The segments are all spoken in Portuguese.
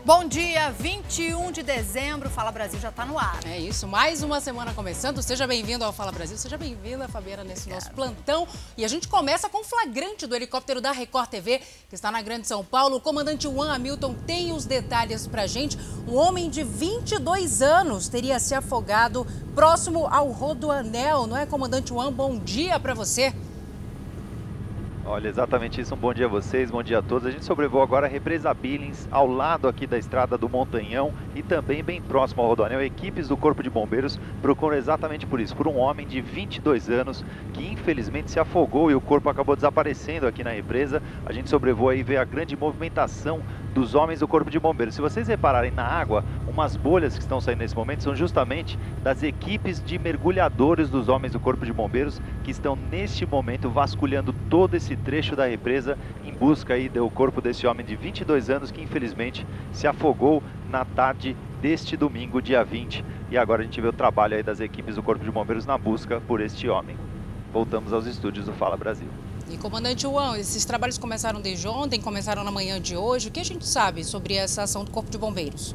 Bom dia, 21 de dezembro, Fala Brasil já está no ar. É isso, mais uma semana começando. Seja bem-vindo ao Fala Brasil, seja bem-vinda, Fabiana, nesse nosso plantão. E a gente começa com o flagrante do helicóptero da Record TV, que está na Grande São Paulo. O comandante Juan Hamilton tem os detalhes pra gente. Um homem de 22 anos teria se afogado próximo ao Rodoanel, não é, comandante Juan? Bom dia para você. Olha, exatamente isso. Um bom dia a vocês, bom dia a todos. A gente sobrevoou agora a represa Billings, ao lado aqui da estrada do Montanhão e também bem próximo ao Rodoanel. Equipes do Corpo de Bombeiros procuram exatamente por isso, por um homem de 22 anos que infelizmente se afogou e o corpo acabou desaparecendo aqui na represa. A gente sobrevoou aí e vê a grande movimentação dos homens do Corpo de Bombeiros. Se vocês repararem na água, umas bolhas que estão saindo nesse momento são justamente das equipes de mergulhadores dos homens do Corpo de Bombeiros que estão neste momento vasculhando todo esse trecho da represa em busca aí do corpo desse homem de 22 anos que infelizmente se afogou na tarde deste domingo, dia 20. E agora a gente vê o trabalho aí das equipes do Corpo de Bombeiros na busca por este homem. Voltamos aos estúdios do Fala Brasil. E, comandante Juan, esses trabalhos começaram desde ontem, começaram na manhã de hoje. O que a gente sabe sobre essa ação do Corpo de Bombeiros?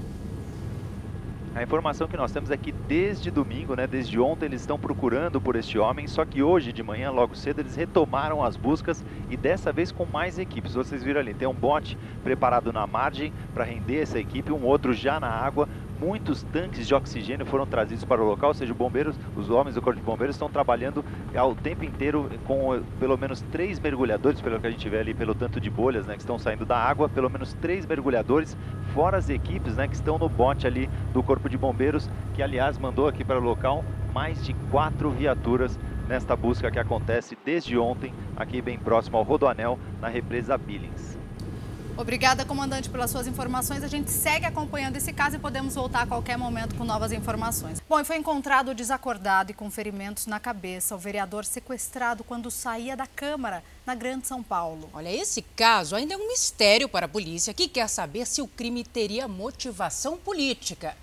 A informação que nós temos é que desde domingo, desde ontem, eles estão procurando por este homem, só que hoje de manhã, logo cedo, eles retomaram as buscas e dessa vez com mais equipes. Vocês viram ali, tem um bote preparado na margem para render essa equipe, um outro já na água. Muitos tanques de oxigênio foram trazidos para o local, ou seja, os homens do Corpo de Bombeiros estão trabalhando ao tempo inteiro com pelo menos 3 mergulhadores, pelo que a gente vê ali, pelo tanto de bolhas que estão saindo da água, pelo menos 3 mergulhadores, fora as equipes que estão no bote ali do Corpo de Bombeiros, que aliás mandou aqui para o local mais de 4 viaturas nesta busca que acontece desde ontem, aqui bem próximo ao Rodoanel, na represa Billings. Obrigada, comandante, pelas suas informações. A gente segue acompanhando esse caso e podemos voltar a qualquer momento com novas informações. Bom, e foi encontrado desacordado e com ferimentos na cabeça o vereador sequestrado quando saía da Câmara, na Grande São Paulo. Olha, esse caso ainda é um mistério para a polícia, que quer saber se o crime teria motivação política.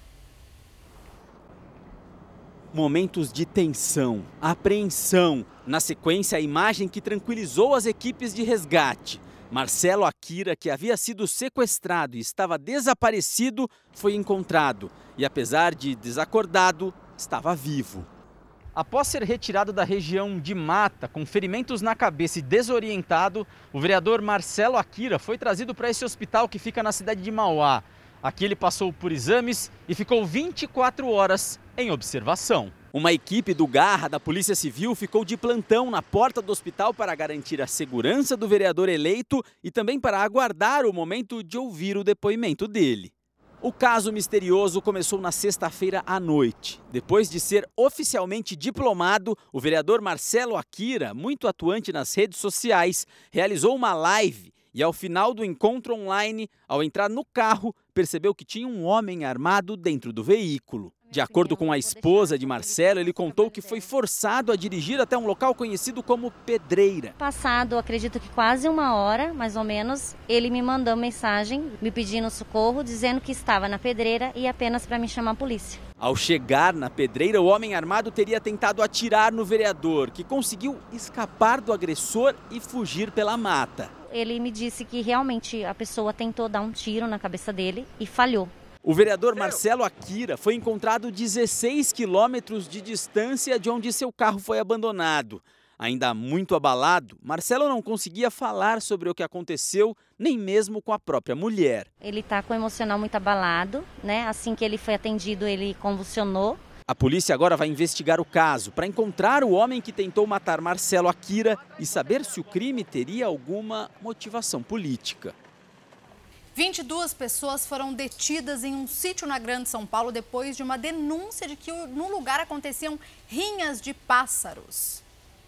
Momentos de tensão, apreensão. Na sequência, a imagem que tranquilizou as equipes de resgate. Marcelo Akira, que havia sido sequestrado e estava desaparecido, foi encontrado e, apesar de desacordado, estava vivo. Após ser retirado da região de mata, com ferimentos na cabeça e desorientado, o vereador Marcelo Akira foi trazido para esse hospital que fica na cidade de Mauá. Aqui ele passou por exames e ficou 24 horas em observação. Uma equipe do Garra da Polícia Civil ficou de plantão na porta do hospital para garantir a segurança do vereador eleito e também para aguardar o momento de ouvir o depoimento dele. O caso misterioso começou na sexta-feira à noite. Depois de ser oficialmente diplomado, o vereador Marcelo Akira, muito atuante nas redes sociais, realizou uma live e, ao final do encontro online, ao entrar no carro, percebeu que tinha um homem armado dentro do veículo. De acordo com a esposa de Marcelo, ele contou que foi forçado a dirigir até um local conhecido como Pedreira. Passado, acredito que quase uma hora, mais ou menos, ele me mandou mensagem me pedindo socorro, dizendo que estava na Pedreira e apenas para me chamar a polícia. Ao chegar na Pedreira, o homem armado teria tentado atirar no vereador, que conseguiu escapar do agressor e fugir pela mata. Ele me disse que realmente a pessoa tentou dar um tiro na cabeça dele e falhou. O vereador Marcelo Akira foi encontrado 16 quilômetros de distância de onde seu carro foi abandonado. Ainda muito abalado, Marcelo não conseguia falar sobre o que aconteceu, nem mesmo com a própria mulher. Ele está com o emocional muito abalado, Assim que ele foi atendido, ele convulsionou. A polícia agora vai investigar o caso para encontrar o homem que tentou matar Marcelo Akira e saber se o crime teria alguma motivação política. 22 pessoas foram detidas em um sítio na Grande São Paulo depois de uma denúncia de que no lugar aconteciam rinhas de pássaros.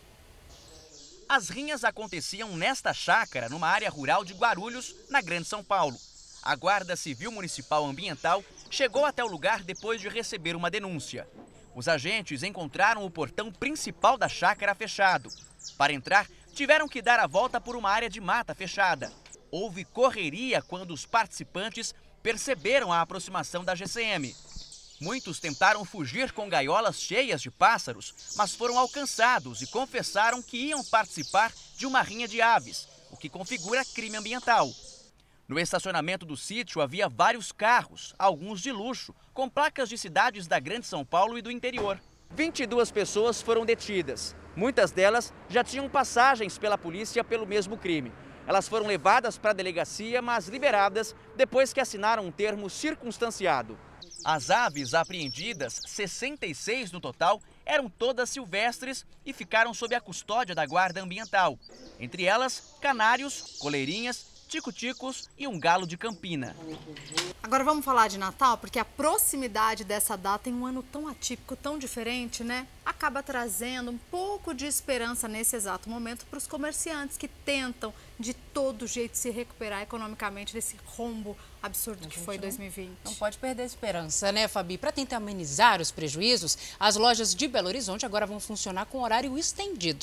As rinhas aconteciam nesta chácara, numa área rural de Guarulhos, na Grande São Paulo. A Guarda Civil Municipal Ambiental chegou até o lugar depois de receber uma denúncia. Os agentes encontraram o portão principal da chácara fechado. Para entrar, tiveram que dar a volta por uma área de mata fechada. Houve correria quando os participantes perceberam a aproximação da GCM. Muitos tentaram fugir com gaiolas cheias de pássaros, mas foram alcançados e confessaram que iam participar de uma rinha de aves, o que configura crime ambiental. No estacionamento do sítio havia vários carros, alguns de luxo, com placas de cidades da Grande São Paulo e do interior. 22 pessoas foram detidas. Muitas delas já tinham passagens pela polícia pelo mesmo crime. Elas foram levadas para a delegacia, mas liberadas depois que assinaram um termo circunstanciado. As aves apreendidas, 66 no total, eram todas silvestres e ficaram sob a custódia da Guarda Ambiental. Entre elas, canários, coleirinhas, tico-ticos e um galo de Campina. Agora vamos falar de Natal, porque a proximidade dessa data em um ano tão atípico, tão diferente, né? Acaba trazendo um pouco de esperança nesse exato momento para os comerciantes que tentam de todo jeito se recuperar economicamente desse rombo absurdo que foi 2020. Não pode perder a esperança, né, Fabi? Para tentar amenizar os prejuízos, as lojas de Belo Horizonte agora vão funcionar com horário estendido.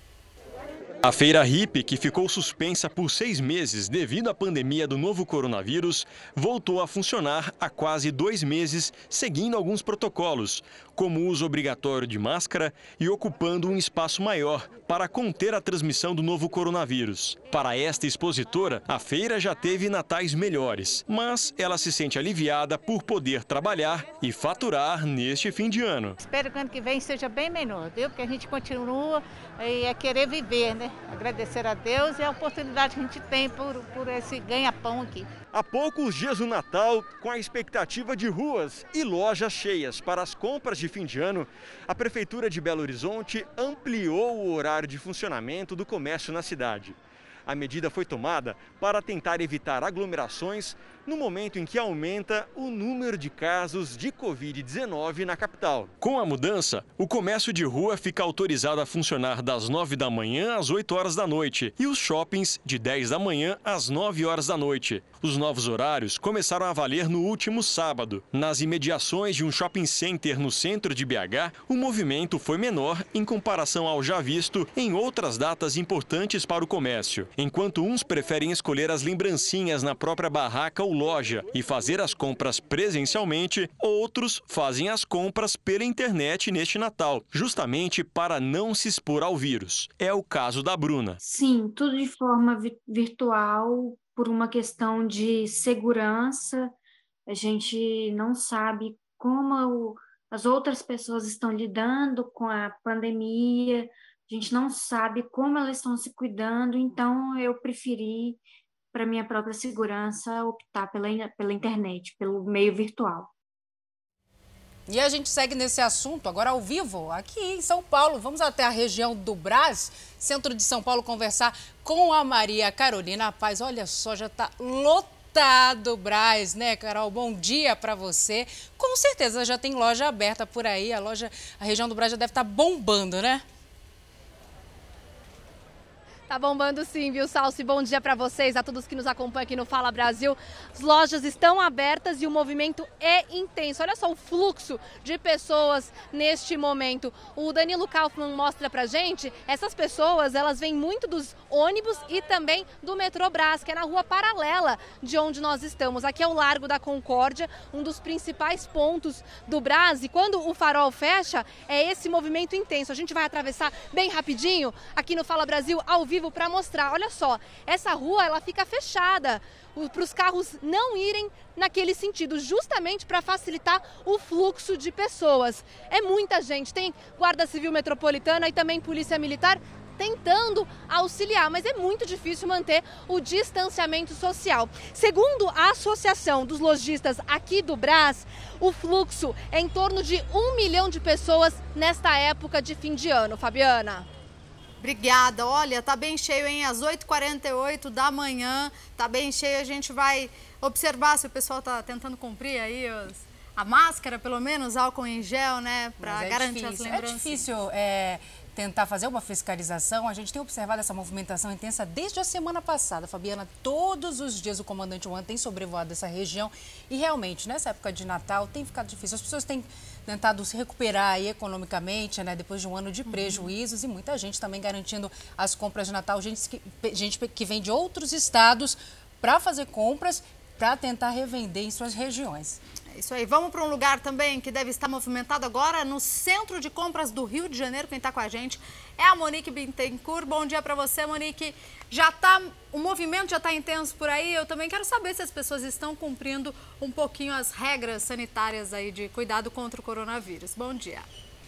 A Feira Hippie, que ficou suspensa por 6 meses devido à pandemia do novo coronavírus, voltou a funcionar há quase 2 meses, seguindo alguns protocolos, como o uso obrigatório de máscara e ocupando um espaço maior para conter a transmissão do novo coronavírus. Para esta expositora, a feira já teve natais melhores, mas ela se sente aliviada por poder trabalhar e faturar neste fim de ano. Espero que ano que vem seja bem menor, viu? Porque a gente continua a querer viver, né? Agradecer a Deus e a oportunidade que a gente tem por esse ganha-pão aqui. Há poucos dias do Natal, com a expectativa de ruas e lojas cheias para as compras de fim de ano, a Prefeitura de Belo Horizonte ampliou o horário de funcionamento do comércio na cidade. A medida foi tomada para tentar evitar aglomerações no momento em que aumenta o número de casos de Covid-19 na capital. Com a mudança, o comércio de rua fica autorizado a funcionar das 9 da manhã às 8 horas da noite e os shoppings de 10 da manhã às 9 horas da noite. Os novos horários começaram a valer no último sábado. Nas imediações de um shopping center no centro de BH, o movimento foi menor em comparação ao já visto em outras datas importantes para o comércio. Enquanto uns preferem escolher as lembrancinhas na própria barraca ou loja e fazer as compras presencialmente, outros fazem as compras pela internet neste Natal, justamente para não se expor ao vírus. É o caso da Bruna. Sim, tudo de forma virtual, por uma questão de segurança. A gente não sabe como as outras pessoas estão lidando com a pandemia, a gente não sabe como elas estão se cuidando, então eu preferi, para minha própria segurança, optar pela internet, pelo meio virtual. E a gente segue nesse assunto agora ao vivo, aqui em São Paulo. Vamos até a região do Brás, centro de São Paulo, conversar com a Maria Carolina Paz. Olha só, já está lotado o Brás, né, Carol? Bom dia para você. Com certeza já tem loja aberta por aí, a região do Brás já deve estar bombando, né? Tá bombando sim, viu, Salsi? Bom dia para vocês, a todos que nos acompanham aqui no Fala Brasil. As lojas estão abertas e o movimento é intenso. Olha só o fluxo de pessoas neste momento. O Danilo Kaufmann mostra pra gente, essas pessoas, elas vêm muito dos ônibus e também do metrô Brás, que é na rua paralela de onde nós estamos. Aqui é o Largo da Concórdia, um dos principais pontos do Brás. E quando o farol fecha, é esse movimento intenso. A gente vai atravessar bem rapidinho aqui no Fala Brasil, ao vivo, para mostrar. Olha só, essa rua ela fica fechada para os carros não irem naquele sentido, justamente para facilitar o fluxo de pessoas. É muita gente, tem Guarda Civil Metropolitana e também Polícia Militar tentando auxiliar, mas é muito difícil manter o distanciamento social. Segundo a Associação dos Lojistas aqui do Brás, o fluxo é em torno de 1 milhão de pessoas nesta época de fim de ano. Fabiana. Obrigada. Olha, tá bem cheio, hein? Às 8h48 da manhã, tá bem cheio. A gente vai observar se o pessoal tá tentando cumprir aí a máscara, pelo menos, álcool em gel, né? Para garantir as lembranças. É difícil tentar fazer uma fiscalização. A gente tem observado essa movimentação intensa desde a semana passada. Fabiana, todos os dias o comandante Juan tem sobrevoado essa região e realmente, nessa época de Natal, tem ficado difícil. As pessoas têm tentado se recuperar aí economicamente, né, depois de um ano de prejuízos e muita gente também garantindo as compras de Natal, gente que vem de outros estados para fazer compras, para tentar revender em suas regiões. Isso aí. Vamos para um lugar também que deve estar movimentado agora, no Centro de Compras do Rio de Janeiro. Quem está com a gente é a Monique Bittencourt. Bom dia para você, Monique. O movimento já está intenso por aí. Eu também quero saber se as pessoas estão cumprindo um pouquinho as regras sanitárias aí de cuidado contra o coronavírus. Bom dia.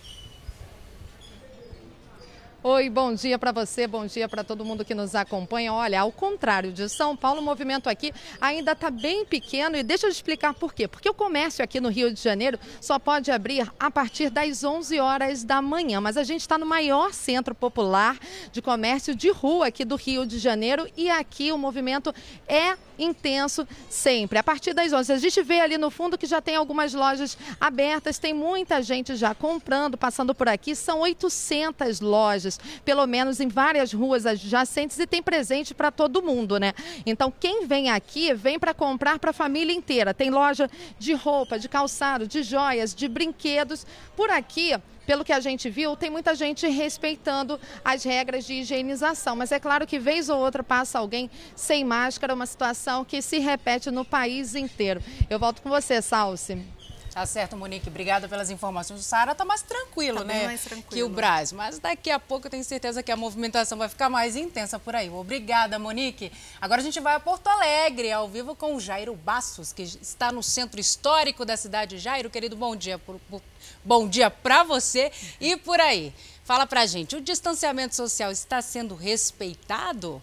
Oi, bom dia para você, bom dia para todo mundo que nos acompanha. Olha, ao contrário de São Paulo, o movimento aqui ainda está bem pequeno e deixa eu explicar por quê. Porque o comércio aqui no Rio de Janeiro só pode abrir a partir das 11 horas da manhã. Mas a gente está no maior centro popular de comércio de rua aqui do Rio de Janeiro e aqui o movimento é intenso sempre. A partir das 11, a gente vê ali no fundo que já tem algumas lojas abertas, tem muita gente já comprando, passando por aqui. São 800 lojas, pelo menos em várias ruas adjacentes, e tem presente para todo mundo, né? Então, quem vem aqui, vem para comprar para a família inteira. Tem loja de roupa, de calçado, de joias, de brinquedos. Por aqui, pelo que a gente viu, tem muita gente respeitando as regras de higienização. Mas é claro que vez ou outra passa alguém sem máscara, uma situação que se repete no país inteiro. Eu volto com você, Salsi. Tá certo, Monique. Obrigada pelas informações. O Saara tá mais tranquilo, né? Mais tranquilo. Que o Brás. Mas daqui a pouco eu tenho certeza que a movimentação vai ficar mais intensa por aí. Obrigada, Monique. Agora a gente vai a Porto Alegre, ao vivo com o Jairo Bastos, que está no centro histórico da cidade. Jairo, querido, bom dia. Bom dia para você e por aí. Fala pra gente, o distanciamento social está sendo respeitado?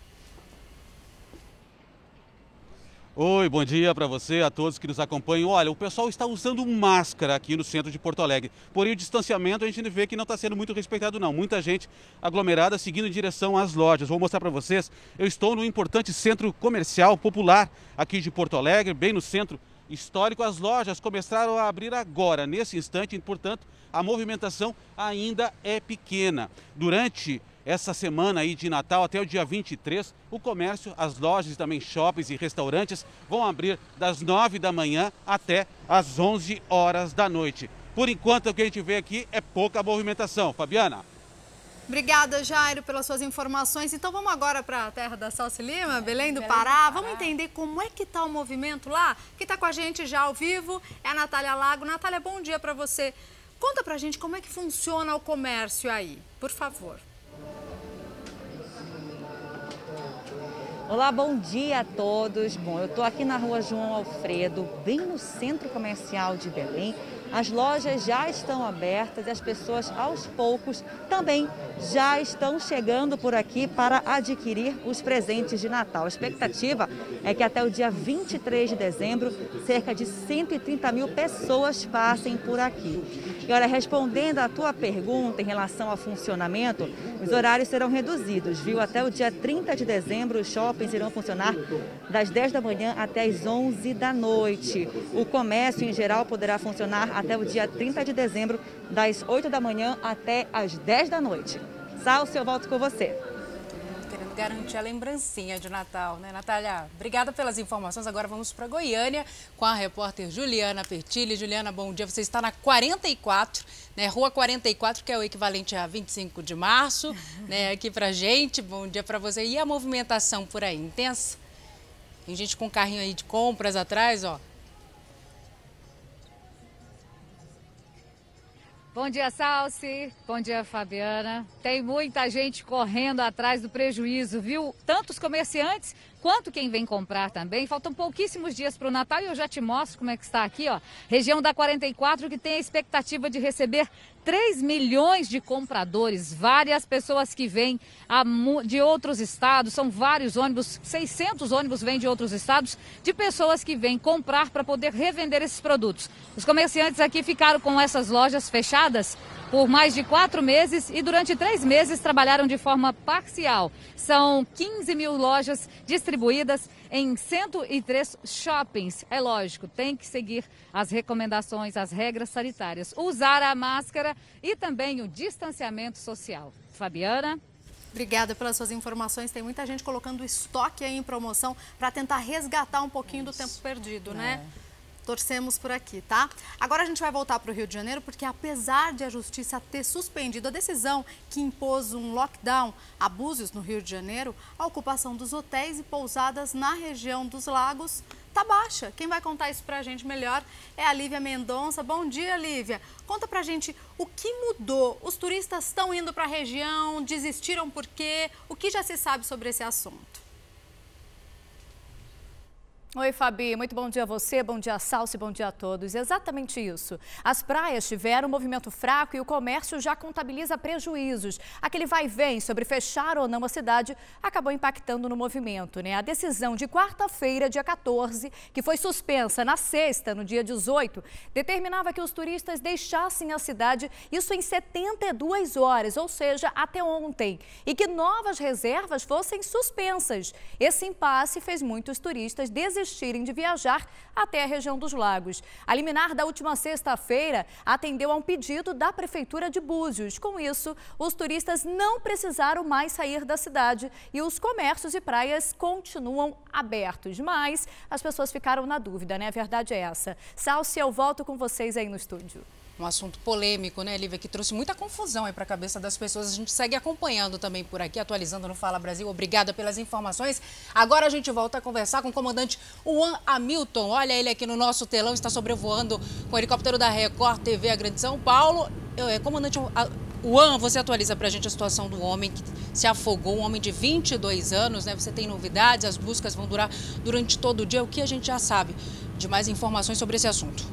Oi, bom dia para você, a todos que nos acompanham. Olha, o pessoal está usando máscara aqui no centro de Porto Alegre. Porém, o distanciamento a gente vê que não está sendo muito respeitado, não. Muita gente aglomerada seguindo em direção às lojas. Vou mostrar para vocês. Eu estou no importante centro comercial popular aqui de Porto Alegre, bem no centro histórico. As lojas começaram a abrir agora, nesse instante, portanto, a movimentação ainda é pequena. Durante essa semana aí de Natal até o dia 23, o comércio, as lojas e também shoppings e restaurantes vão abrir das 9 da manhã até as 11 horas da noite. Por enquanto, o que a gente vê aqui é pouca movimentação. Fabiana? Obrigada, Jairo, pelas suas informações. Então vamos agora para a terra da Salsi Lima, Belém do Pará. Vamos entender como é que está o movimento lá? Quem está com a gente já ao vivo é a Natália Lago. Natália, bom dia para você. Conta pra gente como é que funciona o comércio aí, por favor. Olá, bom dia a todos. Bom, eu estou aqui na rua João Alfredo, bem no centro comercial de Belém. As lojas já estão abertas e as pessoas, aos poucos, também já estão chegando por aqui para adquirir os presentes de Natal. A expectativa é que até o dia 23 de dezembro, cerca de 130 mil pessoas passem por aqui. E olha, respondendo à tua pergunta em relação ao funcionamento, os horários serão reduzidos, viu? Até o dia 30 de dezembro, os shoppings irão funcionar das 10 da manhã até as 11 da noite. O comércio, em geral, poderá funcionar até o dia 30 de dezembro, das 8 da manhã até as 10 da noite. Salsi, eu volto com você. Querendo garantir a lembrancinha de Natal, né, Natália? Obrigada pelas informações. Agora vamos para Goiânia com a repórter Juliana Pertilli. Juliana, bom dia. Você está na 44, né, Rua 44, que é o equivalente a 25 de março, né, aqui pra gente. Bom dia para você. E a movimentação por aí, intensa? Tem gente com carrinho aí de compras atrás, ó. Bom dia, Salsi. Bom dia, Fabiana. Tem muita gente correndo atrás do prejuízo, viu? Tanto os comerciantes quanto quem vem comprar também. Faltam pouquíssimos dias para o Natal e eu já te mostro como é que está aqui, ó. Região da 44, que tem a expectativa de receber 3 milhões de compradores, várias pessoas que vêm de outros estados, são vários ônibus, 600 ônibus vêm de outros estados, de pessoas que vêm comprar para poder revender esses produtos. Os comerciantes aqui ficaram com essas lojas fechadas por mais de 4 meses e durante 3 meses trabalharam de forma parcial. São 15 mil lojas distribuídas em 103 shoppings. É lógico, tem que seguir as recomendações, as regras sanitárias, usar a máscara e também o distanciamento social. Fabiana? Obrigada pelas suas informações. Tem muita gente colocando estoque aí em promoção para tentar resgatar um pouquinho do tempo perdido, né? Torcemos por aqui, tá? Agora a gente vai voltar para o Rio de Janeiro, porque apesar de a Justiça ter suspendido a decisão que impôs um lockdown a Búzios, no Rio de Janeiro, a ocupação dos hotéis e pousadas na região dos lagos tá baixa. Quem vai contar isso pra gente melhor é a Lívia Mendonça. Bom dia, Lívia. Conta pra gente o que mudou. Os turistas estão indo para a região, desistiram por quê? O que já se sabe sobre esse assunto? Oi, Fabi. Muito bom dia a você, bom dia a Salsi, bom dia a todos. Exatamente isso. As praias tiveram um movimento fraco e o comércio já contabiliza prejuízos. Aquele vai e vem sobre fechar ou não a cidade acabou impactando no movimento, né? A decisão de quarta-feira, dia 14, que foi suspensa na sexta, no dia 18, determinava que os turistas deixassem a cidade, isso em 72 horas, ou seja, até ontem, e que novas reservas fossem suspensas. Esse impasse fez muitos turistas desistirem de viajar até a região dos lagos. A liminar da última sexta-feira atendeu a um pedido da Prefeitura de Búzios. Com isso, os turistas não precisaram mais sair da cidade e os comércios e praias continuam abertos. Mas as pessoas ficaram na dúvida, né? A verdade é essa. Salsi, eu volto com vocês aí no estúdio. Um assunto polêmico, né, Lívia, que trouxe muita confusão aí para a cabeça das pessoas. A gente segue acompanhando também por aqui, atualizando no Fala Brasil. Obrigada pelas informações. Agora a gente volta a conversar com o comandante Juan Hamilton. Olha ele aqui no nosso telão, está sobrevoando com o helicóptero da Record TV, a Grande São Paulo. Comandante Juan, você atualiza para a gente a situação do homem que se afogou, um homem de 22 anos, né? Você tem novidades, as buscas vão durar durante todo o dia. O que a gente já sabe de mais informações sobre esse assunto?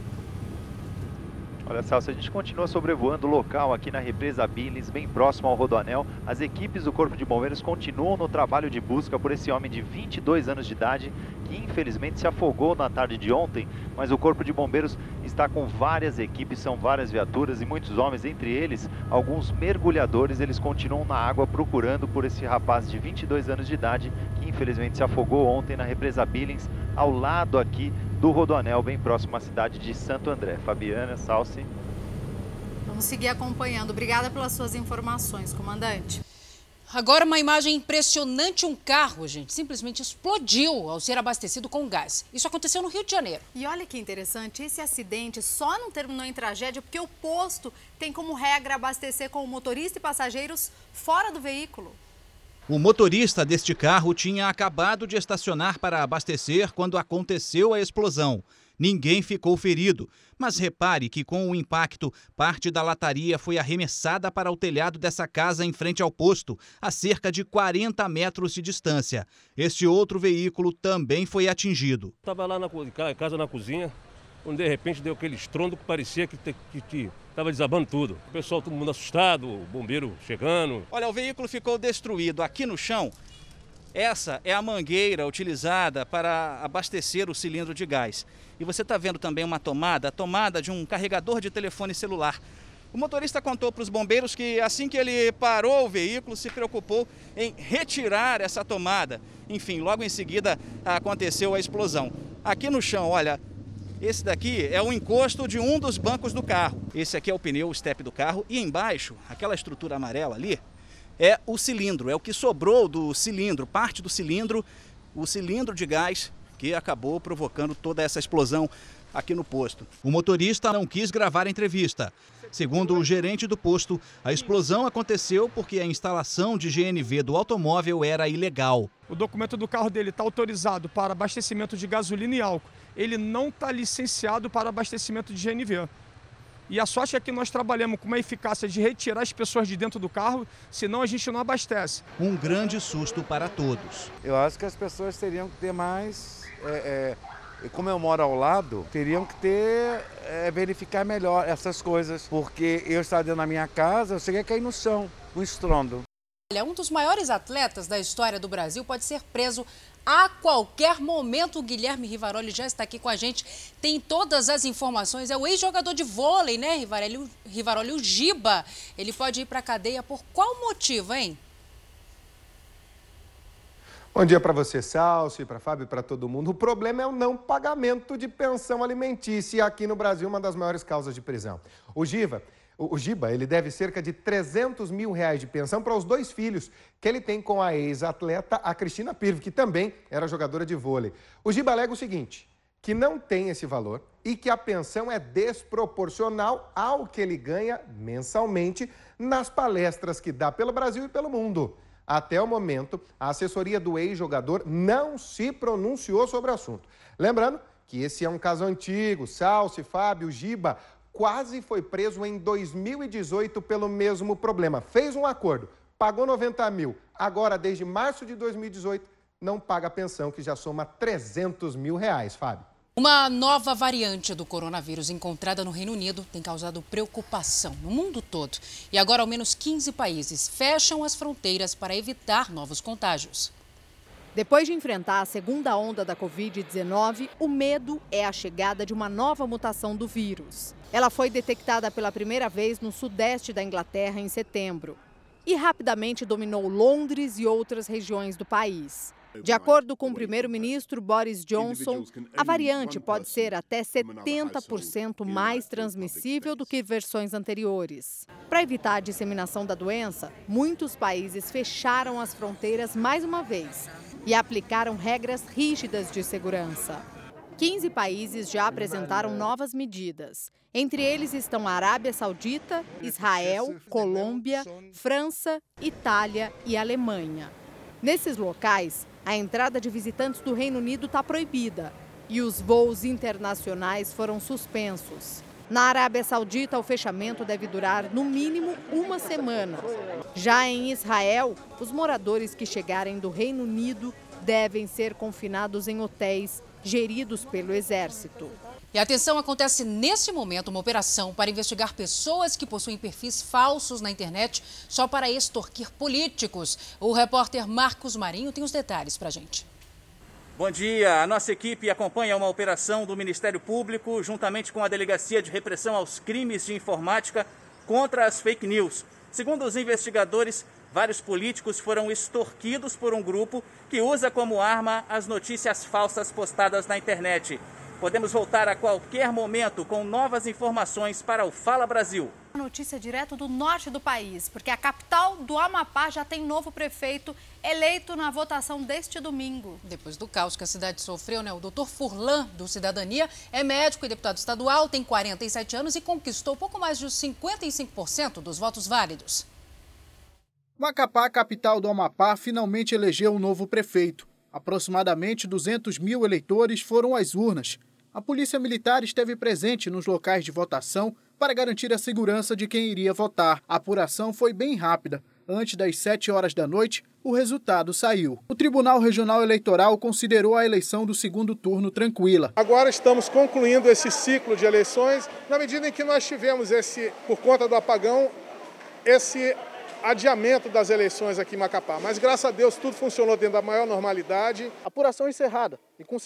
Olha, Celso, a gente continua sobrevoando o local aqui na represa Billings, bem próximo ao Rodoanel. As equipes do Corpo de Bombeiros continuam no trabalho de busca por esse homem de 22 anos de idade, que infelizmente se afogou na tarde de ontem, mas o Corpo de Bombeiros está com várias equipes, são várias viaturas e muitos homens, entre eles alguns mergulhadores. Eles continuam na água procurando por esse rapaz de 22 anos de idade, que infelizmente se afogou ontem na represa Billings, ao lado aqui do Rodoanel, bem próximo à cidade de Santo André. Fabiana, Salsi. Vamos seguir acompanhando. Obrigada pelas suas informações, comandante. Agora uma imagem impressionante, um carro, gente, simplesmente explodiu ao ser abastecido com gás. Isso aconteceu no Rio de Janeiro. E olha que interessante, esse acidente só não terminou em tragédia porque o posto tem como regra abastecer com o motorista e passageiros fora do veículo. O motorista deste carro tinha acabado de estacionar para abastecer quando aconteceu a explosão. Ninguém ficou ferido, mas repare que com o impacto, parte da lataria foi arremessada para o telhado dessa casa em frente ao posto, a cerca de 40 metros de distância. Este outro veículo também foi atingido. Estava lá na casa, na cozinha, quando de repente deu aquele estrondo que parecia que estava desabando tudo. O pessoal, todo mundo assustado, o bombeiro chegando. Olha, o veículo ficou destruído. Aqui no chão, essa é a mangueira utilizada para abastecer o cilindro de gás. E você está vendo também uma tomada, a tomada de um carregador de telefone celular. O motorista contou para os bombeiros que assim que ele parou o veículo, se preocupou em retirar essa tomada. Enfim, logo em seguida aconteceu a explosão. Aqui no chão, olha, esse daqui é o encosto de um dos bancos do carro. Esse aqui é o pneu, o step do carro. E embaixo, aquela estrutura amarela ali, é o cilindro. É o que sobrou do cilindro, parte do cilindro, o cilindro de gás que acabou provocando toda essa explosão aqui no posto. O motorista não quis gravar a entrevista. Segundo o gerente do posto, a explosão aconteceu porque a instalação de GNV do automóvel era ilegal. O documento do carro dele está autorizado para abastecimento de gasolina e álcool. Ele não está licenciado para abastecimento de GNV. E a sorte é que nós trabalhamos com uma eficácia de retirar as pessoas de dentro do carro, senão a gente não abastece. Um grande susto para todos. Eu acho que as pessoas teriam que ter mais... Como eu moro ao lado, teriam que verificar melhor essas coisas, porque eu estava dentro da minha casa, eu cheguei a cair no chão, um estrondo. Olha, um dos maiores atletas da história do Brasil pode ser preso a qualquer momento. O Guilherme Rivaroli já está aqui com a gente, tem todas as informações. É o ex-jogador de vôlei, né, Rivaroli, o Giba. Ele pode ir para a cadeia por qual motivo, hein? Bom dia para você, Salsi, para Fábio e para todo mundo. O problema é o não pagamento de pensão alimentícia. E aqui no Brasil, uma das maiores causas de prisão. O Giba, ele deve cerca de R$300 mil de pensão para os 2 filhos que ele tem com a ex-atleta, a Cristina Pirve, que também era jogadora de vôlei. O Giba alega o seguinte, que não tem esse valor e que a pensão é desproporcional ao que ele ganha mensalmente nas palestras que dá pelo Brasil e pelo mundo. Até o momento, a assessoria do ex-jogador não se pronunciou sobre o assunto. Lembrando que esse é um caso antigo. Salsi, Fábio, Giba quase foi preso em 2018 pelo mesmo problema. Fez um acordo, pagou 90 mil. Agora, desde março de 2018, não paga a pensão, que já soma 300 mil reais, Fábio. Uma nova variante do coronavírus encontrada no Reino Unido tem causado preocupação no mundo todo. E agora, ao menos 15 países fecham as fronteiras para evitar novos contágios. Depois de enfrentar a segunda onda da Covid-19, o medo é a chegada de uma nova mutação do vírus. Ela foi detectada pela primeira vez no sudeste da Inglaterra em setembro e rapidamente dominou Londres e outras regiões do país. De acordo com o primeiro-ministro Boris Johnson, a variante pode ser até 70% mais transmissível do que versões anteriores. Para evitar a disseminação da doença, muitos países fecharam as fronteiras mais uma vez e aplicaram regras rígidas de segurança. 15 países já apresentaram novas medidas. Entre eles estão a Arábia Saudita, Israel, Colômbia, França, Itália e Alemanha. Nesses locais, a entrada de visitantes do Reino Unido está proibida e os voos internacionais foram suspensos. Na Arábia Saudita, o fechamento deve durar no mínimo uma semana. Já em Israel, os moradores que chegarem do Reino Unido devem ser confinados em hotéis geridos pelo Exército. E atenção, acontece neste momento uma operação para investigar pessoas que possuem perfis falsos na internet só para extorquir políticos. O repórter Marcos Marinho tem os detalhes para a gente. Bom dia, a nossa equipe acompanha uma operação do Ministério Público juntamente com a Delegacia de Repressão aos Crimes de Informática contra as fake news. Segundo os investigadores, vários políticos foram extorquidos por um grupo que usa como arma as notícias falsas postadas na internet. Podemos voltar a qualquer momento com novas informações para o Fala Brasil. Notícia direto do norte do país, porque a capital do Amapá já tem novo prefeito eleito na votação deste domingo. Depois do caos que a cidade sofreu, o Dr. Furlan, do Cidadania, é médico e deputado estadual, tem 47 anos e conquistou pouco mais de 55% dos votos válidos. Macapá, capital do Amapá, finalmente elegeu um novo prefeito. Aproximadamente 200 mil eleitores foram às urnas. A Polícia Militar esteve presente nos locais de votação para garantir a segurança de quem iria votar. A apuração foi bem rápida. Antes das 7 horas da noite, o resultado saiu. O Tribunal Regional Eleitoral considerou a eleição do segundo turno tranquila. Agora estamos concluindo esse ciclo de eleições, na medida em que nós tivemos por conta do apagão, esse adiamento das eleições aqui em Macapá. Mas, graças a Deus, tudo funcionou dentro da maior normalidade. Apuração encerrada. E com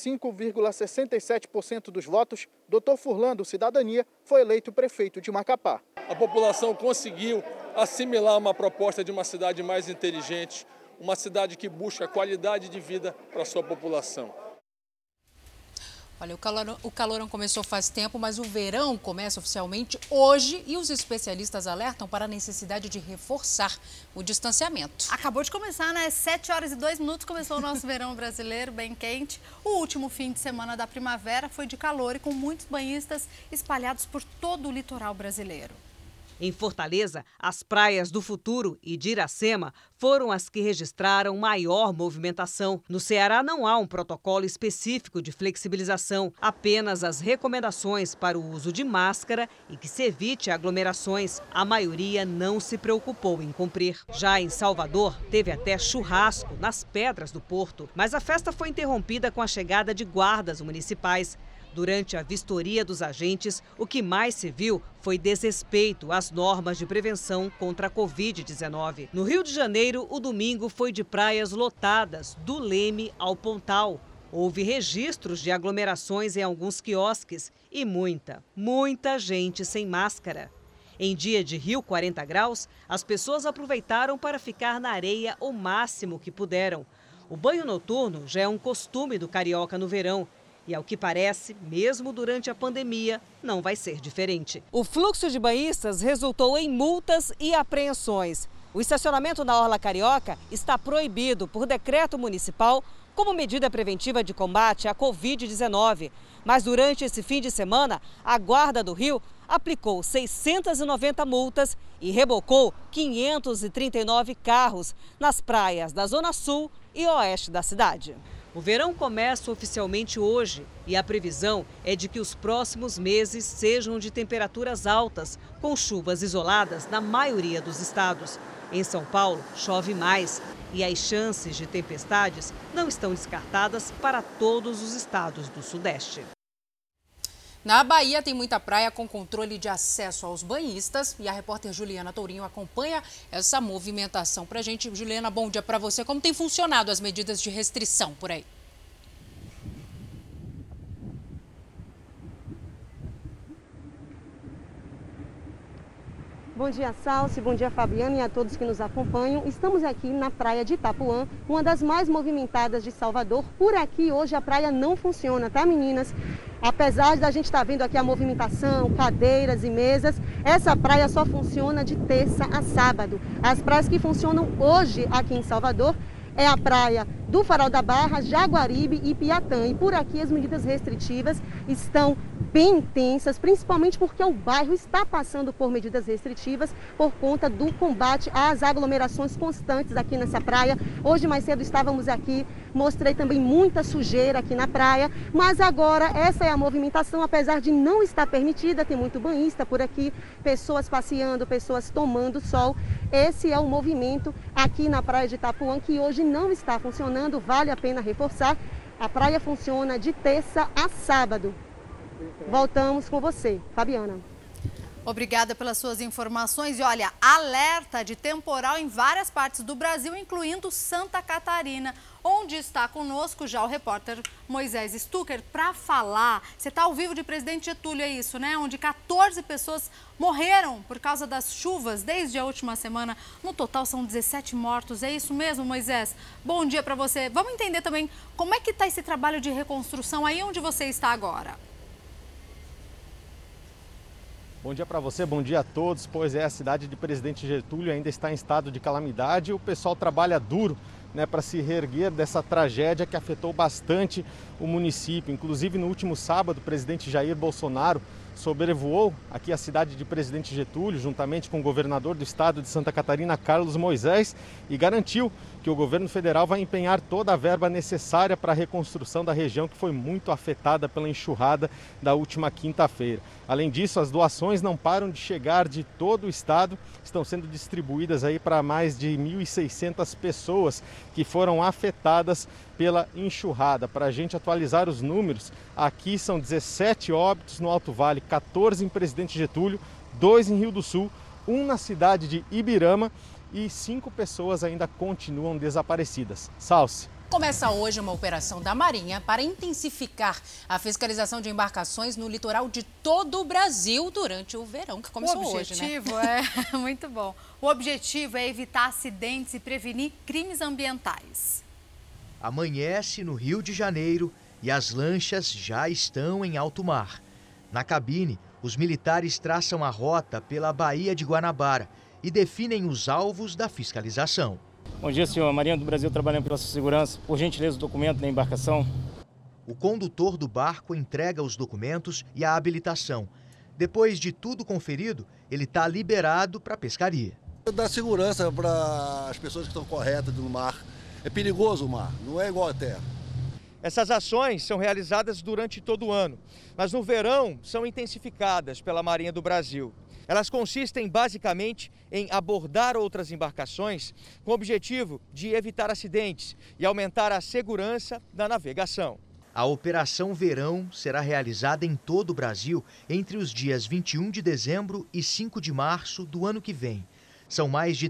55,67% dos votos, Dr. Furlan, do Cidadania, foi eleito prefeito de Macapá. A população conseguiu assimilar uma proposta de uma cidade mais inteligente, uma cidade que busca qualidade de vida para a sua população. Olha, o calorão começou faz tempo, mas o verão começa oficialmente hoje e os especialistas alertam para a necessidade de reforçar o distanciamento. Acabou de começar, né? 7 horas e 2 minutos começou o nosso verão brasileiro, bem quente. O último fim de semana da primavera foi de calor e com muitos banhistas espalhados por todo o litoral brasileiro. Em Fortaleza, as praias do Futuro e de Iracema foram as que registraram maior movimentação. No Ceará não há um protocolo específico de flexibilização, apenas as recomendações para o uso de máscara e que se evite aglomerações. A maioria não se preocupou em cumprir. Já em Salvador, teve até churrasco nas Pedras do Porto, mas a festa foi interrompida com a chegada de guardas municipais. Durante a vistoria dos agentes, o que mais se viu foi desrespeito às normas de prevenção contra a Covid-19. No Rio de Janeiro, o domingo foi de praias lotadas, do Leme ao Pontal. Houve registros de aglomerações em alguns quiosques e muita gente sem máscara. Em dia de Rio 40 graus, as pessoas aproveitaram para ficar na areia o máximo que puderam. O banho noturno já é um costume do carioca no verão. E, ao que parece, mesmo durante a pandemia, não vai ser diferente. O fluxo de banhistas resultou em multas e apreensões. O estacionamento na Orla Carioca está proibido por decreto municipal como medida preventiva de combate à Covid-19. Mas durante esse fim de semana, a Guarda do Rio aplicou 690 multas e rebocou 539 carros nas praias da Zona Sul e Oeste da cidade. O verão começa oficialmente hoje e a previsão é de que os próximos meses sejam de temperaturas altas, com chuvas isoladas na maioria dos estados. Em São Paulo, chove mais e as chances de tempestades não estão descartadas para todos os estados do Sudeste. Na Bahia tem muita praia com controle de acesso aos banhistas e a repórter Juliana Tourinho acompanha essa movimentação pra gente. Juliana, bom dia para você. Como tem funcionado as medidas de restrição por aí? Bom dia, Salsi, bom dia, Fabiana, e a todos que nos acompanham. Estamos aqui na praia de Itapuã, uma das mais movimentadas de Salvador. Por aqui, hoje, a praia não funciona, tá, meninas? Apesar da gente estar vendo aqui a movimentação, cadeiras e mesas, essa praia só funciona de terça a sábado. As praias que funcionam hoje aqui em Salvador é a praia do Farol da Barra, Jaguaribe e Piatã. E por aqui as medidas restritivas estão bem intensas, principalmente porque o bairro está passando por medidas restritivas por conta do combate às aglomerações constantes aqui nessa praia. Hoje mais cedo estávamos aqui, mostrei também muita sujeira aqui na praia, mas agora essa é a movimentação, apesar de não estar permitida, tem muito banhista por aqui, pessoas passeando, pessoas tomando sol. Esse é o movimento aqui na praia de Itapuã, que hoje não está funcionando, vale a pena reforçar. A praia funciona de terça a sábado. Voltamos com você, Fabiana. Obrigada pelas suas informações. E olha, alerta de temporal em várias partes do Brasil, incluindo Santa Catarina, onde está conosco já o repórter Moisés Stucker para falar. Você está ao vivo de Presidente Getúlio, é isso, né? Onde 14 pessoas morreram por causa das chuvas desde a última semana. No total são 17 mortos. É isso mesmo, Moisés? Bom dia para você. Vamos entender também como é que está esse trabalho de reconstrução aí onde você está agora. Bom dia para você, bom dia a todos. Pois é, a cidade de Presidente Getúlio ainda está em estado de calamidade e o pessoal trabalha duro, né, para se reerguer dessa tragédia que afetou bastante o município. Inclusive, no último sábado, o presidente Jair Bolsonaro sobrevoou aqui a cidade de Presidente Getúlio, juntamente com o governador do estado de Santa Catarina, Carlos Moisés, e garantiu que o governo federal vai empenhar toda a verba necessária para a reconstrução da região que foi muito afetada pela enxurrada da última quinta-feira. Além disso, as doações não param de chegar de todo o estado, estão sendo distribuídas aí para mais de 1.600 pessoas que foram afetadas pela enxurrada. Para a gente atualizar os números, aqui são 17 óbitos no Alto Vale, 14 em Presidente Getúlio, 2 em Rio do Sul, 1 na cidade de Ibirama e 5 pessoas ainda continuam desaparecidas. Salce. Começa hoje uma operação da Marinha para intensificar a fiscalização de embarcações no litoral de todo o Brasil durante o verão que começou hoje, né? O objetivo é muito bom. O objetivo é evitar acidentes e prevenir crimes ambientais. Amanhece no Rio de Janeiro e as lanchas já estão em alto mar. Na cabine, os militares traçam a rota pela Baía de Guanabara e definem os alvos da fiscalização. Bom dia, senhor. A Marinha do Brasil trabalhando pela sua segurança. Por gentileza, o documento da embarcação. O condutor do barco entrega os documentos e a habilitação. Depois de tudo conferido, ele está liberado para a pescaria. Dá segurança para as pessoas que estão corretas no mar. É perigoso o mar, não é igual a terra. Essas ações são realizadas durante todo o ano, mas no verão são intensificadas pela Marinha do Brasil. Elas consistem basicamente em abordar outras embarcações com o objetivo de evitar acidentes e aumentar a segurança da navegação. A Operação Verão será realizada em todo o Brasil entre os dias 21 de dezembro e 5 de março do ano que vem. São mais de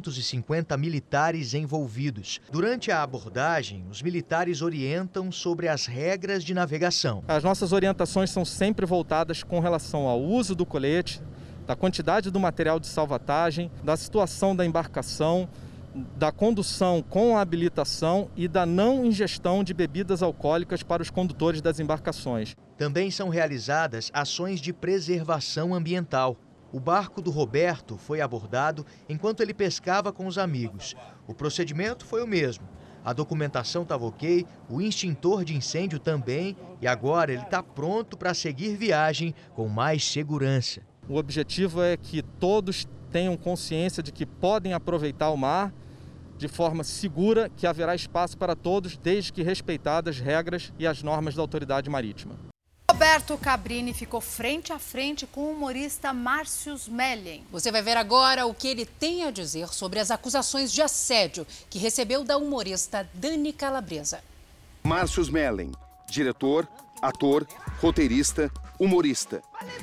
350 militares envolvidos. Durante a abordagem, os militares orientam sobre as regras de navegação. As nossas orientações são sempre voltadas com relação ao uso do colete, da quantidade do material de salvatagem, da situação da embarcação, da condução com a habilitação e da não ingestão de bebidas alcoólicas para os condutores das embarcações. Também são realizadas ações de preservação ambiental. O barco do Roberto foi abordado enquanto ele pescava com os amigos. O procedimento foi o mesmo. A documentação estava ok, o extintor de incêndio também, e agora ele está pronto para seguir viagem com mais segurança. O objetivo é que todos tenham consciência de que podem aproveitar o mar de forma segura, que haverá espaço para todos, desde que respeitadas as regras e as normas da autoridade marítima. Roberto Cabrini ficou frente a frente com o humorista Márcio Smelling. Você vai ver agora o que ele tem a dizer sobre as acusações de assédio que recebeu da humorista Dani Calabresa. Márcio Smelling, diretor, ator, roteirista, humorista.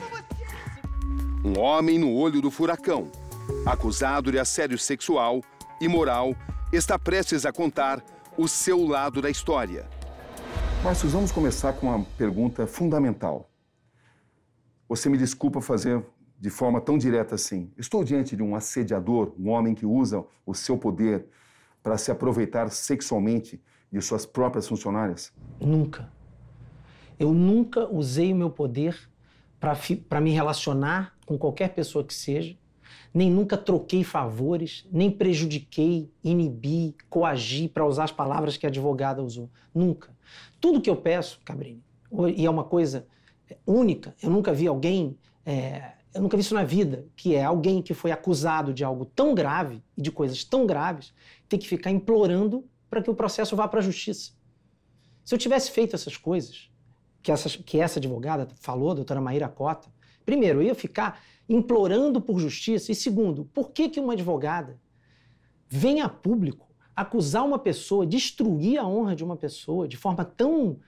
Um homem no olho do furacão, acusado de assédio sexual e moral, está prestes a contar o seu lado da história. Márcio, vamos começar com uma pergunta fundamental. Você me desculpa fazer de forma tão direta assim. Estou diante de um assediador, um homem que usa o seu poder para se aproveitar sexualmente de suas próprias funcionárias? Nunca. Eu nunca usei o meu poder para me relacionar com qualquer pessoa que seja, nem nunca troquei favores, nem prejudiquei, inibi, coagi, para usar as palavras que a advogada usou. Nunca. Tudo que eu peço, Cabrini, e é uma coisa única, eu nunca vi alguém, eu nunca vi isso na vida, que é alguém que foi acusado de algo tão grave e de coisas tão graves, ter que ficar implorando para que o processo vá para a justiça. Se eu tivesse feito essas coisas, que essa advogada falou, a doutora Maíra Cota, primeiro, eu ia ficar implorando por justiça, e segundo, por que uma advogada vem a público acusar uma pessoa, destruir a honra de uma pessoa de forma tão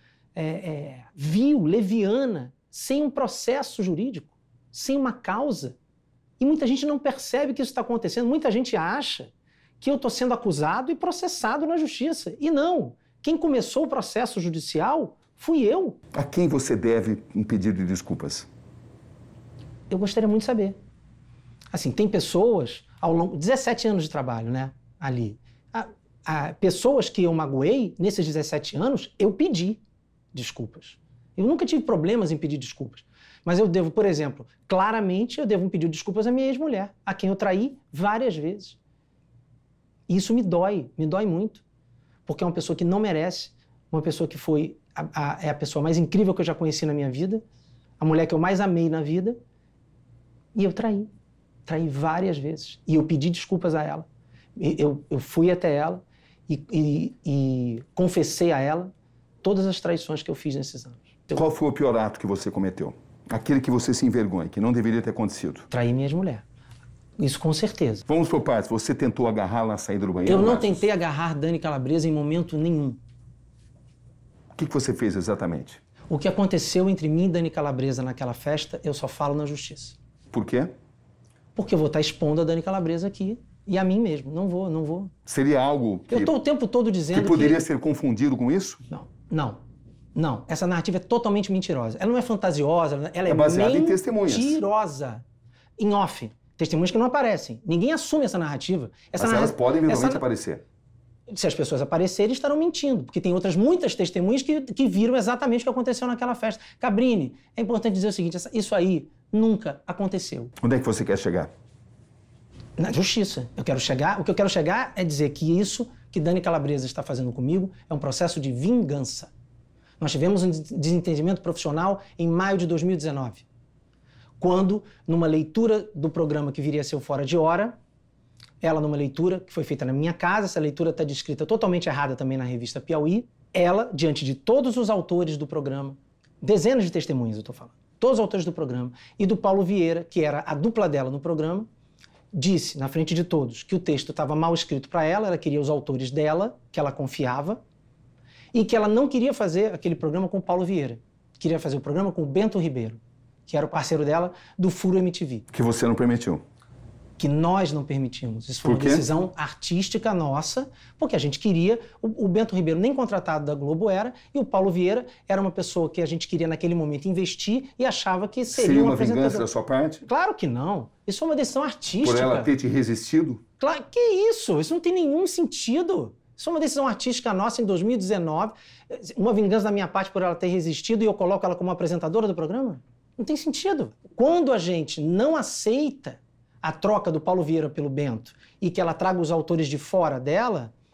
vil, leviana, sem um processo jurídico, sem uma causa? E muita gente não percebe que isso está acontecendo, muita gente acha que eu estou sendo acusado e processado na justiça. E não, quem começou o processo judicial fui eu. A quem você deve um pedido de desculpas? Eu gostaria muito de saber. Assim, tem pessoas, ao longo de 17 anos de trabalho, né, ali, pessoas que eu magoei, nesses 17 anos, eu pedi desculpas. Eu nunca tive problemas em pedir desculpas. Mas eu devo, por exemplo, claramente eu devo pedir desculpas à minha ex-mulher, a quem eu traí várias vezes. E isso me dói muito, porque é uma pessoa que não merece, uma pessoa que foi é a pessoa mais incrível que eu já conheci na minha vida, a mulher que eu mais amei na vida, e eu traí várias vezes. E eu pedi desculpas a ela. Eu fui até ela e confessei a ela todas as traições que eu fiz nesses anos. Qual foi o pior ato que você cometeu? Aquele que você se envergonha, que não deveria ter acontecido? Traí minha ex-mulher. Isso com certeza. Vamos por partes. Você tentou agarrá-la na saída do banheiro? Eu não tentei agarrar Dani Calabresa em momento nenhum. O que você fez exatamente? O que aconteceu entre mim e Dani Calabresa naquela festa, eu só falo na justiça. Por quê? Porque eu vou estar expondo a Dani Calabresa aqui e a mim mesmo. Não vou. Seria algo que... Eu estou o tempo todo dizendo que poderia ser confundido com isso? Não. Essa narrativa é totalmente mentirosa. Ela não é fantasiosa, ela é baseada em testemunhas. Mentirosa. Em off. Testemunhas que não aparecem. Ninguém assume essa narrativa. Mas elas podem eventualmente aparecer. Se as pessoas aparecerem, estarão mentindo, porque tem muitas testemunhas que viram exatamente o que aconteceu naquela festa. Cabrini, é importante dizer o seguinte, isso aí nunca aconteceu. Onde é que você quer chegar? Na justiça. O que eu quero chegar é dizer que isso que Dani Calabresa está fazendo comigo é um processo de vingança. Nós tivemos um desentendimento profissional em maio de 2019, quando, numa leitura do programa que viria a ser o Fora de Hora, ela, numa leitura que foi feita na minha casa, essa leitura está descrita totalmente errada também na revista Piauí, ela, diante de todos os autores do programa, dezenas de testemunhas eu estou falando, todos os autores do programa, e do Paulo Vieira, que era a dupla dela no programa, disse, na frente de todos, que o texto estava mal escrito para ela queria os autores dela, que ela confiava, e que ela não queria fazer aquele programa com o Paulo Vieira, queria fazer o programa com o Bento Ribeiro, que era o parceiro dela do Furo MTV. Que você não permitiu. Que nós não permitimos. Isso foi uma decisão artística nossa, porque a gente queria... O Bento Ribeiro nem contratado da Globo era, e o Paulo Vieira era uma pessoa que a gente queria naquele momento investir e achava que seria um apresentador. Vingança da sua parte? Claro que não. Isso foi uma decisão artística. Por ela ter te resistido? Claro, que isso? Isso não tem nenhum sentido. Isso é uma decisão artística nossa em 2019. Uma vingança da minha parte por ela ter resistido e eu coloco ela como apresentadora do programa? Não tem sentido. Quando a gente não aceita a troca do Paulo Vieira pelo Bento e que ela traga os autores de fora dela,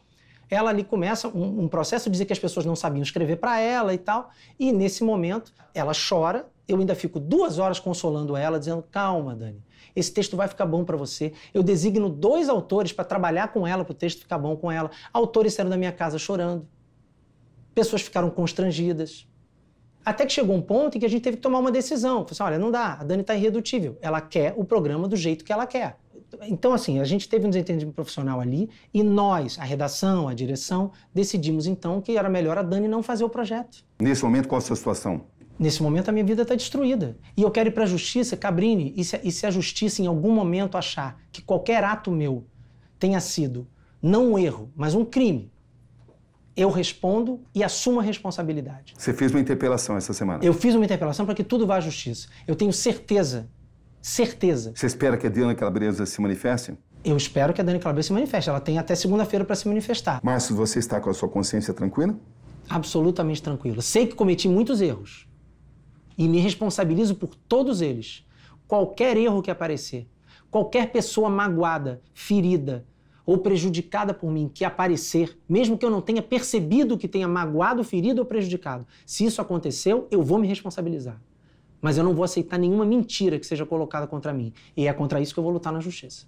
ela ali começa um processo de dizer que as pessoas não sabiam escrever para ela e tal. E nesse momento, ela chora. Eu ainda fico 2 horas consolando ela, dizendo, calma, Dani, esse texto vai ficar bom para você. Eu designo 2 autores para trabalhar com ela, para o texto ficar bom com ela. Autores saíram da minha casa chorando. Pessoas ficaram constrangidas. Até que chegou um ponto em que a gente teve que tomar uma decisão. Falei assim, olha, não dá, a Dani está irredutível. Ela quer o programa do jeito que ela quer. Então, assim, a gente teve um desentendimento profissional ali e nós, a redação, a direção, decidimos então que era melhor a Dani não fazer o projeto. Nesse momento, qual a sua situação? Nesse momento, a minha vida está destruída. E eu quero ir para a justiça, Cabrini, e se a justiça em algum momento achar que qualquer ato meu tenha sido não um erro, mas um crime, eu respondo e assumo a responsabilidade. Você fez uma interpelação essa semana? Eu fiz uma interpelação para que tudo vá à justiça. Eu tenho certeza. Você espera que a Dani Calabresa se manifeste? Eu espero que a Dani Calabresa se manifeste. Ela tem até segunda-feira para se manifestar. Márcio, você está com a sua consciência tranquila? Absolutamente tranquila. Sei que cometi muitos erros. E me responsabilizo por todos eles. Qualquer erro que aparecer, qualquer pessoa magoada, ferida ou prejudicada por mim que aparecer, mesmo que eu não tenha percebido que tenha magoado, ferido ou prejudicado, se isso aconteceu, eu vou me responsabilizar. Mas eu não vou aceitar nenhuma mentira que seja colocada contra mim. E é contra isso que eu vou lutar na justiça.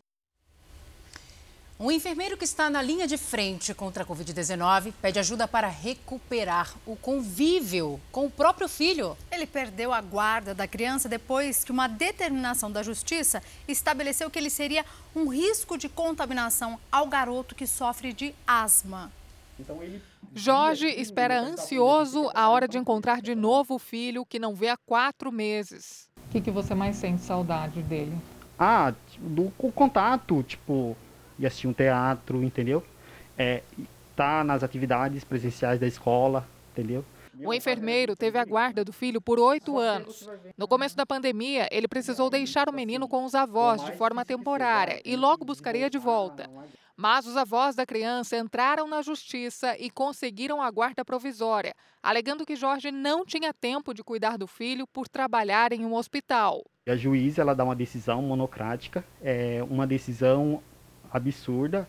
Um enfermeiro que está na linha de frente contra a Covid-19 pede ajuda para recuperar o convívio com o próprio filho. Ele perdeu a guarda da criança depois que uma determinação da justiça estabeleceu que ele seria um risco de contaminação ao garoto que sofre de asma. Jorge espera ansioso a hora de encontrar de novo o filho que não vê há 4 meses. O que você mais sente saudade dele? Do contato, ir assistir um teatro, entendeu? Tá nas atividades presenciais da escola, entendeu? O enfermeiro teve a guarda do filho por 8 anos. No começo da pandemia, ele precisou deixar o menino com os avós de forma temporária e logo buscaria de volta. Mas os avós da criança entraram na justiça e conseguiram a guarda provisória, alegando que Jorge não tinha tempo de cuidar do filho por trabalhar em um hospital. A juíza ela dá uma decisão monocrática, uma decisão absurda,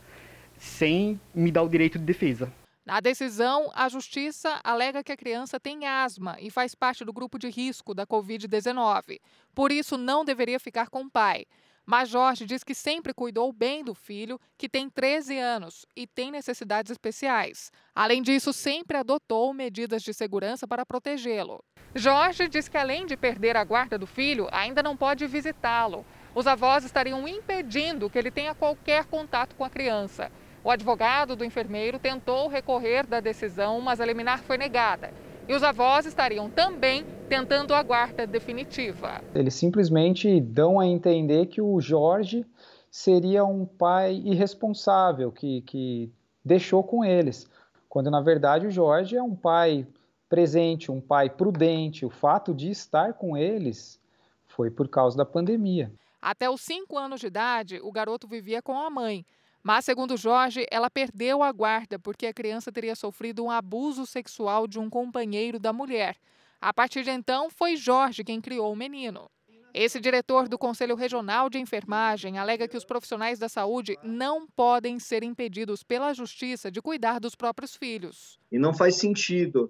sem me dar o direito de defesa. Na decisão, a justiça alega que a criança tem asma e faz parte do grupo de risco da Covid-19. Por isso, não deveria ficar com o pai. Mas Jorge diz que sempre cuidou bem do filho, que tem 13 anos e tem necessidades especiais. Além disso, sempre adotou medidas de segurança para protegê-lo. Jorge diz que, além de perder a guarda do filho, ainda não pode visitá-lo. Os avós estariam impedindo que ele tenha qualquer contato com a criança. O advogado do enfermeiro tentou recorrer da decisão, mas a liminar foi negada. E os avós estariam também tentando a guarda definitiva. Eles simplesmente dão a entender que o Jorge seria um pai irresponsável, que deixou com eles. Quando, na verdade, o Jorge é um pai presente, um pai prudente. O fato de estar com eles foi por causa da pandemia. Até os 5 anos de idade, o garoto vivia com a mãe. Mas, segundo Jorge, ela perdeu a guarda porque a criança teria sofrido um abuso sexual de um companheiro da mulher. A partir de então, foi Jorge quem criou o menino. Esse diretor do Conselho Regional de Enfermagem alega que os profissionais da saúde não podem ser impedidos pela justiça de cuidar dos próprios filhos. E não faz sentido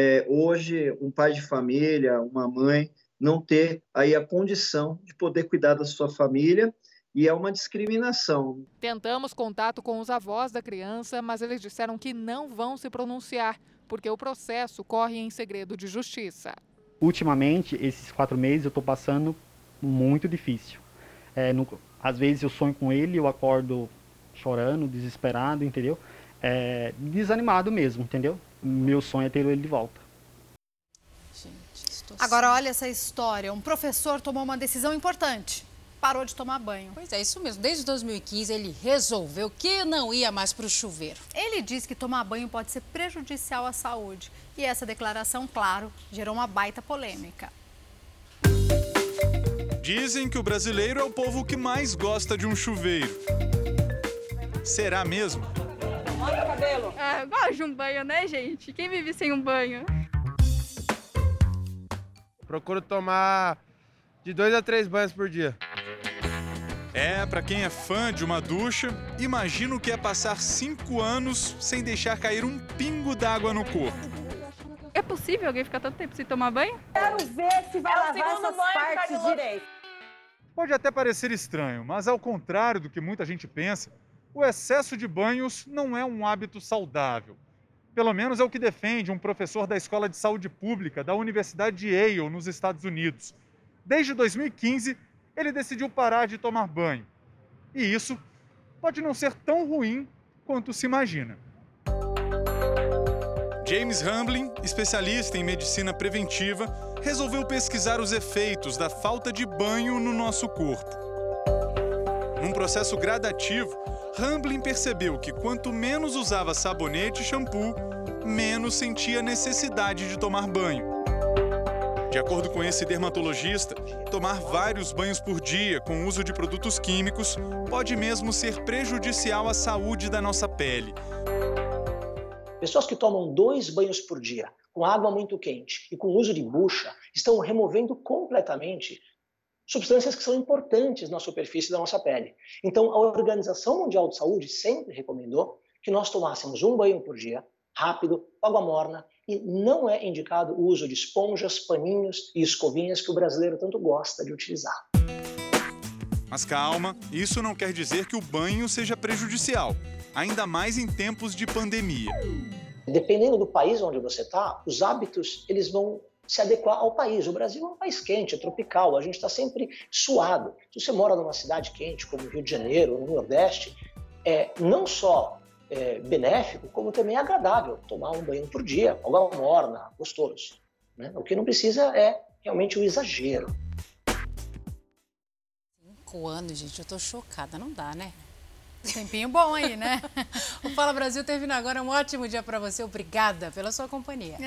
hoje um pai de família, uma mãe, não ter aí a condição de poder cuidar da sua família. E é uma discriminação. Tentamos contato com os avós da criança, mas eles disseram que não vão se pronunciar, porque o processo corre em segredo de justiça. Ultimamente, esses 4 meses eu estou passando muito difícil. Às vezes eu sonho com ele, eu acordo chorando, desesperado, entendeu? Desanimado mesmo, entendeu? Meu sonho é ter ele de volta. Agora, olha essa história. Um professor tomou uma decisão importante. Parou de tomar banho. Pois é, isso mesmo. Desde 2015, ele resolveu que não ia mais para o chuveiro. Ele diz que tomar banho pode ser prejudicial à saúde. E essa declaração, claro, gerou uma baita polêmica. Dizem que o brasileiro é o povo que mais gosta de um chuveiro. Será mesmo? Olha o cabelo. Eu gosto de um banho, né, gente? Quem vive sem um banho? Procuro tomar de 2 a 3 banhos por dia. Para quem é fã de uma ducha, imagina o que é passar 5 anos sem deixar cair um pingo d'água no corpo. É possível alguém ficar tanto tempo sem tomar banho? Quero ver se vai lavar essas partes direito. Pode até parecer estranho, mas ao contrário do que muita gente pensa, o excesso de banhos não é um hábito saudável. Pelo menos é o que defende um professor da Escola de Saúde Pública da Universidade de Yale, nos Estados Unidos. Desde 2015, ele decidiu parar de tomar banho. E isso pode não ser tão ruim quanto se imagina. James Hamblin, especialista em medicina preventiva, resolveu pesquisar os efeitos da falta de banho no nosso corpo. Num processo gradativo, Hamblin percebeu que quanto menos usava sabonete e shampoo, menos sentia necessidade de tomar banho. De acordo com esse dermatologista, tomar vários banhos por dia com o uso de produtos químicos pode mesmo ser prejudicial à saúde da nossa pele. Pessoas que tomam 2 banhos por dia com água muito quente e com uso de bucha estão removendo completamente substâncias que são importantes na superfície da nossa pele. Então, a Organização Mundial de Saúde sempre recomendou que nós tomássemos 1 banho por dia, rápido, com água morna, e não é indicado o uso de esponjas, paninhos e escovinhas que o brasileiro tanto gosta de utilizar. Mas calma, isso não quer dizer que o banho seja prejudicial, ainda mais em tempos de pandemia. Dependendo do país onde você está, os hábitos eles vão se adequar ao país. O Brasil é um país quente, é tropical, a gente está sempre suado. Se você mora numa cidade quente, como Rio de Janeiro, no Nordeste, não só benéfico, como também agradável tomar um banho por dia, água morna, gostoso, né? O que não precisa é realmente o exagero. 5 anos, gente, eu tô chocada, não dá, né? Tempinho bom aí, né? O Fala Brasil termina agora. Um ótimo dia para você. Obrigada pela sua companhia.